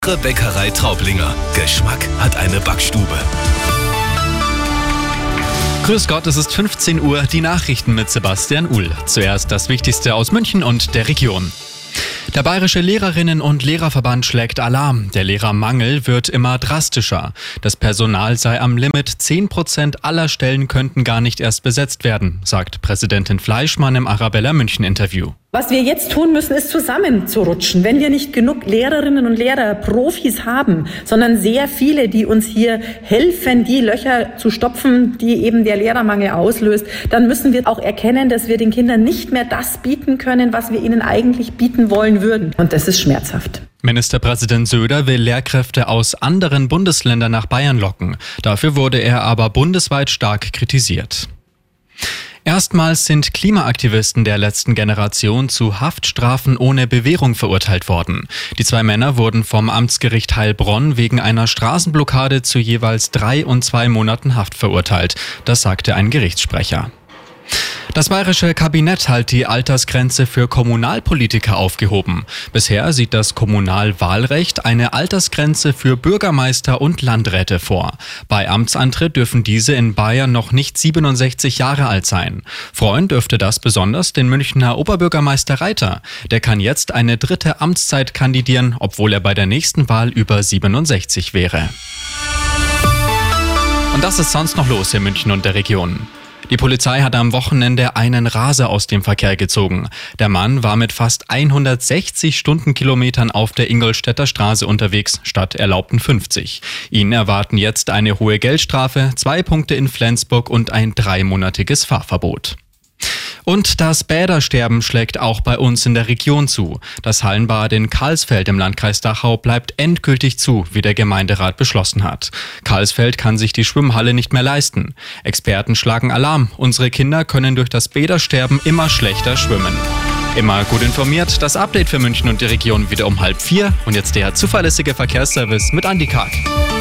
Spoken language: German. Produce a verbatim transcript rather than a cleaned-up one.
Bäckerei Traublinger. Geschmack hat eine Backstube. Grüß Gott, es ist fünfzehn Uhr, die Nachrichten mit Sebastian Uhl. Zuerst das Wichtigste aus München und der Region. Der Bayerische Lehrerinnen- und Lehrerverband schlägt Alarm. Der Lehrermangel wird immer drastischer. Das Personal sei am Limit. zehn Prozent aller Stellen könnten gar nicht erst besetzt werden, sagt Präsidentin Fleischmann im Arabella München-Interview. Was wir jetzt tun müssen, ist zusammenzurutschen. Wenn wir nicht genug Lehrerinnen und Lehrer, Profis haben, sondern sehr viele, die uns hier helfen, die Löcher zu stopfen, die eben der Lehrermangel auslöst, dann müssen wir auch erkennen, dass wir den Kindern nicht mehr das bieten können, was wir ihnen eigentlich bieten wollen würden. Und das ist schmerzhaft. Ministerpräsident Söder will Lehrkräfte aus anderen Bundesländern nach Bayern locken. Dafür wurde er aber bundesweit stark kritisiert. Erstmals sind Klimaaktivisten der letzten Generation zu Haftstrafen ohne Bewährung verurteilt worden. Die zwei Männer wurden vom Amtsgericht Heilbronn wegen einer Straßenblockade zu jeweils drei und zwei Monaten Haft verurteilt. Das sagte ein Gerichtssprecher. Das bayerische Kabinett hat die Altersgrenze für Kommunalpolitiker aufgehoben. Bisher sieht das Kommunalwahlrecht eine Altersgrenze für Bürgermeister und Landräte vor. Bei Amtsantritt dürfen diese in Bayern noch nicht siebenundsechzig Jahre alt sein. Freuen dürfte das besonders den Münchner Oberbürgermeister Reiter. Der kann jetzt eine dritte Amtszeit kandidieren, obwohl er bei der nächsten Wahl über siebenundsechzig wäre. Und das ist sonst noch los in München und der Region. Die Polizei hat am Wochenende einen Raser aus dem Verkehr gezogen. Der Mann war mit fast hundertsechzig Stundenkilometern auf der Ingolstädter Straße unterwegs, statt erlaubten fünfzig. Ihn erwarten jetzt eine hohe Geldstrafe, zwei Punkte in Flensburg und ein dreimonatiges Fahrverbot. Und das Bädersterben schlägt auch bei uns in der Region zu. Das Hallenbad in Karlsfeld im Landkreis Dachau bleibt endgültig zu, wie der Gemeinderat beschlossen hat. Karlsfeld kann sich die Schwimmhalle nicht mehr leisten. Experten schlagen Alarm. Unsere Kinder können durch das Bädersterben immer schlechter schwimmen. Immer gut informiert, das Update für München und die Region wieder um halb vier. Und jetzt der zuverlässige Verkehrsservice mit Andi Karg.